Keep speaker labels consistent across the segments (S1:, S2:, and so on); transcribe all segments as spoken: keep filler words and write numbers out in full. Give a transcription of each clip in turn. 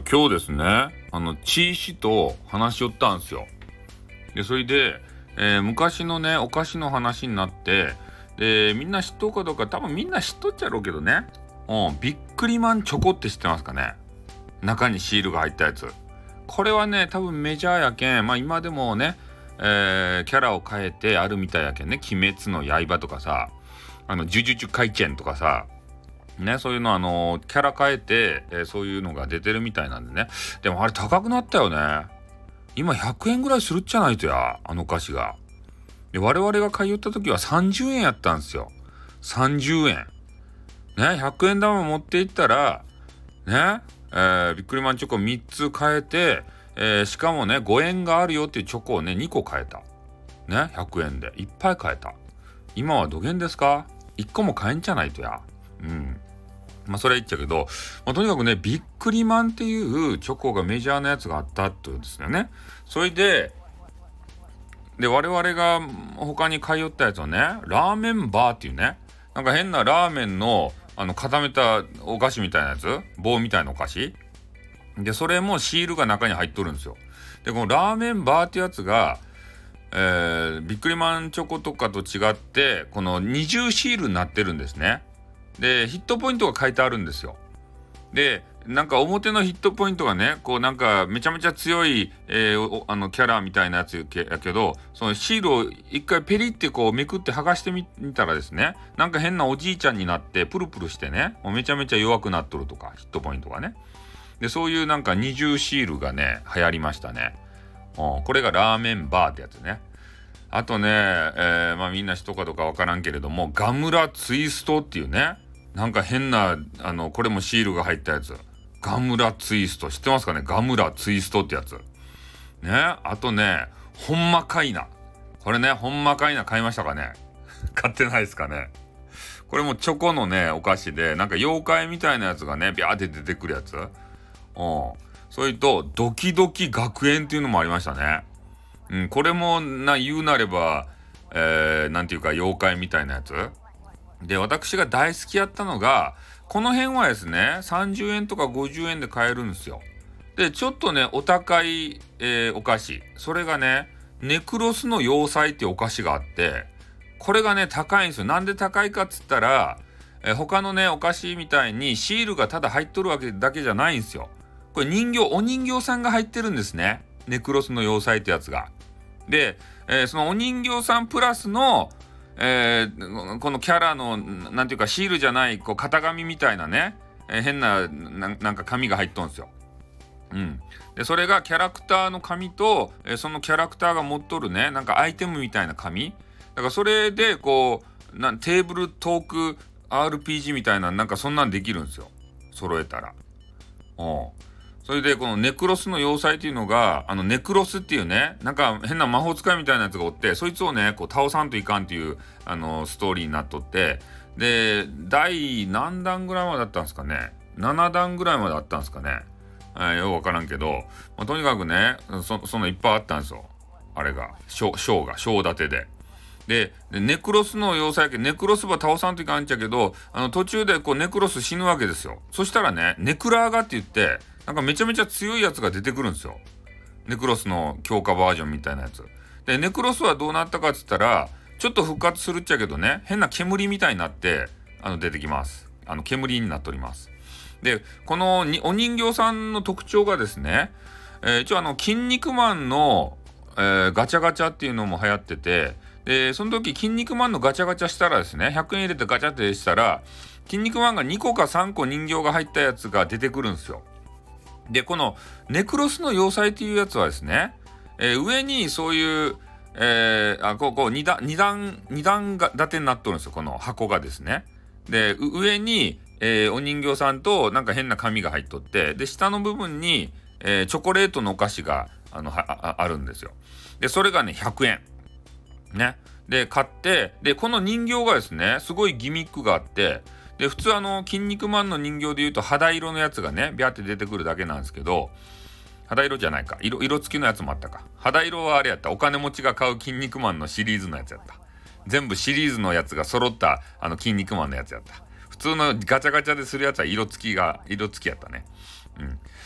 S1: 今日ですね、あのチーシと話しよったんですよ。でそれで、えー昔のねお菓子の話になって、でみんな知っとうかどうか、多分みんな知っとっちゃろうけどね、うん、ビックリマンチョコって知ってますかね。中にシールが入ったやつ。これはね多分メジャーやけん、まあ今でもね、えーキャラを変えてあるみたいやけんね。鬼滅の刃とかさ、あの呪術廻戦とかさね、そういうのあのキャラ変えて、えーそういうのが出てるみたいなんでね。でもあれ高くなったよね。今ひゃくえんぐらいするっちゃないとや、あのお菓子が。で我々が買い寄った時はさんじゅうえんやったんですよ。さんじゅうえんね。ひゃくえん玉持っていったらね、えービックリマンチョコみっつ買えて、えーしかもねごえんがあるよっていうチョコをねにこ買えたね。ひゃくえんでいっぱい買えた。今はどげんですか？いっこも買えんじゃないとや。うんまあそれは言っちゃうけど、まあ、とにかくねビックリマンっていうチョコがメジャーなやつがあったってことですよね。それでで我々が他に買い寄ったやつはね、ラーメンバーっていうね、なんか変なラーメンのあの固めたお菓子みたいなやつ、棒みたいなお菓子で、それもシールが中に入っとるんですよ。でこのラーメンバーってやつが、えービックリマンチョコとかと違ってこの二重シールになってるんですね。でヒットポイントが書いてあるんですよ。でなんか表のヒットポイントがね、こうなんかめちゃめちゃ強い、えーおあのキャラみたいなやつやけど、そのシールを一回ペリってこうめくって剥がしてみたらですね、なんか変なおじいちゃんになってプルプルしてね、もうめちゃめちゃ弱くなっとるとか、ヒットポイントがね。でそういうなんか二重シールがね流行りましたね。うん、これがラーメンバーってやつね。あとね、えーまあみんな知っとかどうかわからんけれども、ガムラツイストっていうね、なんか変なあのこれもシールが入ったやつ。ガムラツイスト知ってますかね。ガムラツイストってやつね。あとね、ほんまかいな。これね、ほんまかいな買いましたかね。買ってないですかね。これもチョコのねお菓子で、なんか妖怪みたいなやつがねビャーって出てくるやつ。うん。それとドキドキ学園っていうのもありましたね。うん、これもな言うなれば、えー、なんていうか妖怪みたいなやつで、私が大好きやったのが、この辺はですねさんじゅうえんとかごじゅうえんで買えるんですよ。でちょっとねお高い、えーお菓子、それがねネクロスの要塞っていうお菓子があって、これがね高いんですよ。なんで高いかっつったら、えー他のねお菓子みたいにシールがただ入っとるわけだけじゃないんですよ。これ人形、お人形さんが入ってるんですね、ネクロスの要塞ってやつが。で、えーそのお人形さんプラスの、えーこのキャラのなんていうかシールじゃないこう型紙みたいなね、えー変な、な、なんか紙が入っとんですよ。うん。でそれがキャラクターの紙と、えーそのキャラクターが持っとるねなんかアイテムみたいな紙だから、それでこうなんテーブルトーク アールピージー みたいな、なんかそんなんできるんですよ、揃えたら。うん。それでこのネクロスの要塞っていうのが、あのネクロスっていうね、なんか変な魔法使いみたいなやつがおって、そいつをねこう倒さんといかんっていうあのストーリーになっとって、で第何弾ぐらいまでだったんですかね。ななだんぐらいまであったんですかね。えー、よくわからんけど、まあ、とにかくねそそのいっぱいあったんですよ、あれが章が章立てで。でネクロスの要塞やけネクロスば倒さんといかんちゃけど、あの途中でこうネクロス死ぬわけですよ。そしたらねネクラーガって言って、なんかめちゃめちゃ強いやつが出てくるんですよ。ネクロスの強化バージョンみたいなやつで、ネクロスはどうなったかっつったら、ちょっと復活するっちゃけどね、変な煙みたいになってあの出てきます。あの煙になっております。でこのにお人形さんの特徴がですね、えー一応あの筋肉マンの、えーガチャガチャっていうのも流行ってて、でその時筋肉マンのガチャガチャしたらですね、ひゃくえん入れてガチャってしたら、筋肉マンがにこかさんこ人形が入ったやつが出てくるんですよ。でこのネクロスの要塞っていうやつはですね、えー上にそういう、えーあこうこう2段2段2段が建てになっとるんですよ、この箱がですね。でう上に、えーお人形さんとなんか変な紙が入っとって、で下の部分に、えーチョコレートのお菓子があのはああるんですよ。でそれがねひゃくえんね。で買って、でこの人形がですねすごいギミックがあって、で普通あの筋肉マンの人形でいうと肌色のやつがねビャーって出てくるだけなんですけど、肌色じゃないか、色色付きのやつもあったか。肌色はあれやった、お金持ちが買う筋肉マンのシリーズのやつやった。全部シリーズのやつが揃ったあの筋肉マンのやつやった。普通のガチャガチャでするやつは色付きが色付きやったね。うん。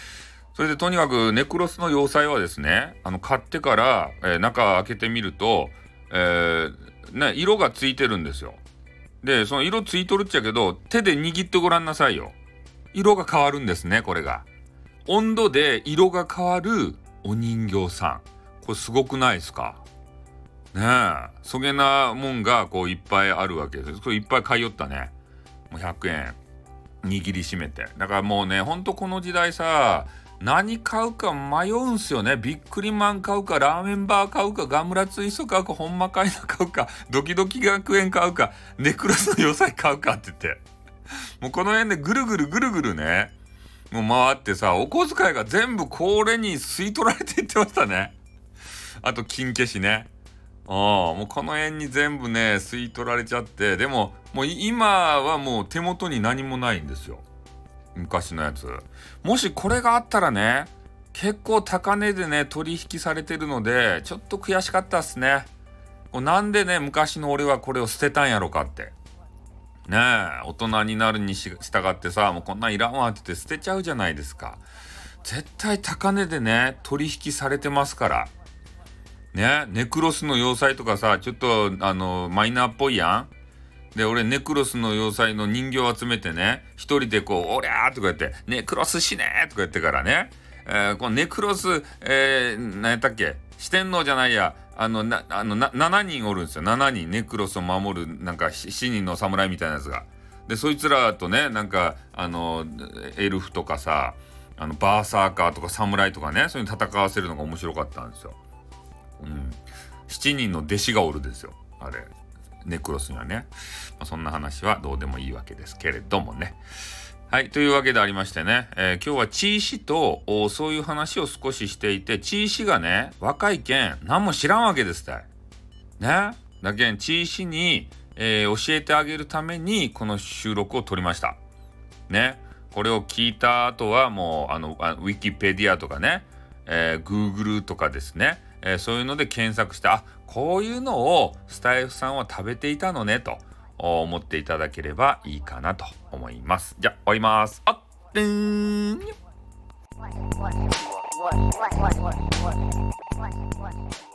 S1: それでとにかくネクロスの要塞はですね、あの買ってから、えー、中開けてみると、えーね、色がついてるんですよ。でその色ついとるっちゃけど、手で握ってごらんなさいよ。色が変わるんですね。これが温度で色が変わるお人形さん、これすごくないですかね。えそげなもんがこういっぱいあるわけです。これいっぱい買いよったね。もうひゃくえん握りしめて。だからもうね、ほんとこの時代さ、何買うか迷うんすよね。ビックリマン買うか、ラーメンバー買うか、ガムラツイスト買うか、ほんまかいな買うか、ドキドキ学園買うか、ネクロスの要塞買うかって言ってもうこの辺でぐるぐるぐるぐるね、もう回ってさ、お小遣いが全部これに吸い取られていってましたね。あと金消しね。ああ、もうこの辺に全部ね吸い取られちゃって、でももう今はもう手元に何もないんですよ、昔のやつ。もしこれがあったらね、結構高値でね取引されてるので、ちょっと悔しかったっすね。なんでね昔の俺はこれを捨てたんやろかってね。え大人になるに従ってさ、もうこんなんいらんわって言って捨てちゃうじゃないですか。絶対高値でね取引されてますからね。ネクロスの要塞とかさ、ちょっとあのマイナーっぽいやん。で俺ネクロスの要塞の人形を集めてね、一人でこうおりゃーとか言ってネクロス死ねーとか言ってからね、えー、このネクロス、えー、何やったっけ、四天王じゃないや、あのなあのなななにんおるんですよ。ななにんネクロスを守るなんかしちにんの侍みたいなやつが。でそいつらとね、なんかあのエルフとかさ、あのバーサーカーとか侍とかね、そういうの戦わせるのが面白かったんですよ。うん、しちにんの弟子がおるですよ、あれネクロスにはね。まあ、そんな話はどうでもいいわけですけれどもね。はい、というわけでありましてね、えー、今日はチーシとそういう話を少ししていて、チーシがね若いけん何も知らんわけですたいね。だけんチーシに、えー、教えてあげるためにこの収録を撮りましたね。これを聞いた後はもうあのあウィキペディアとかね、えー、Google とかですね、えー、そういうので検索して、あ、こういうのをスタイフさんは食べていたのねと思っていただければいいかなと思います。じゃあ終わります。あっ、でーん。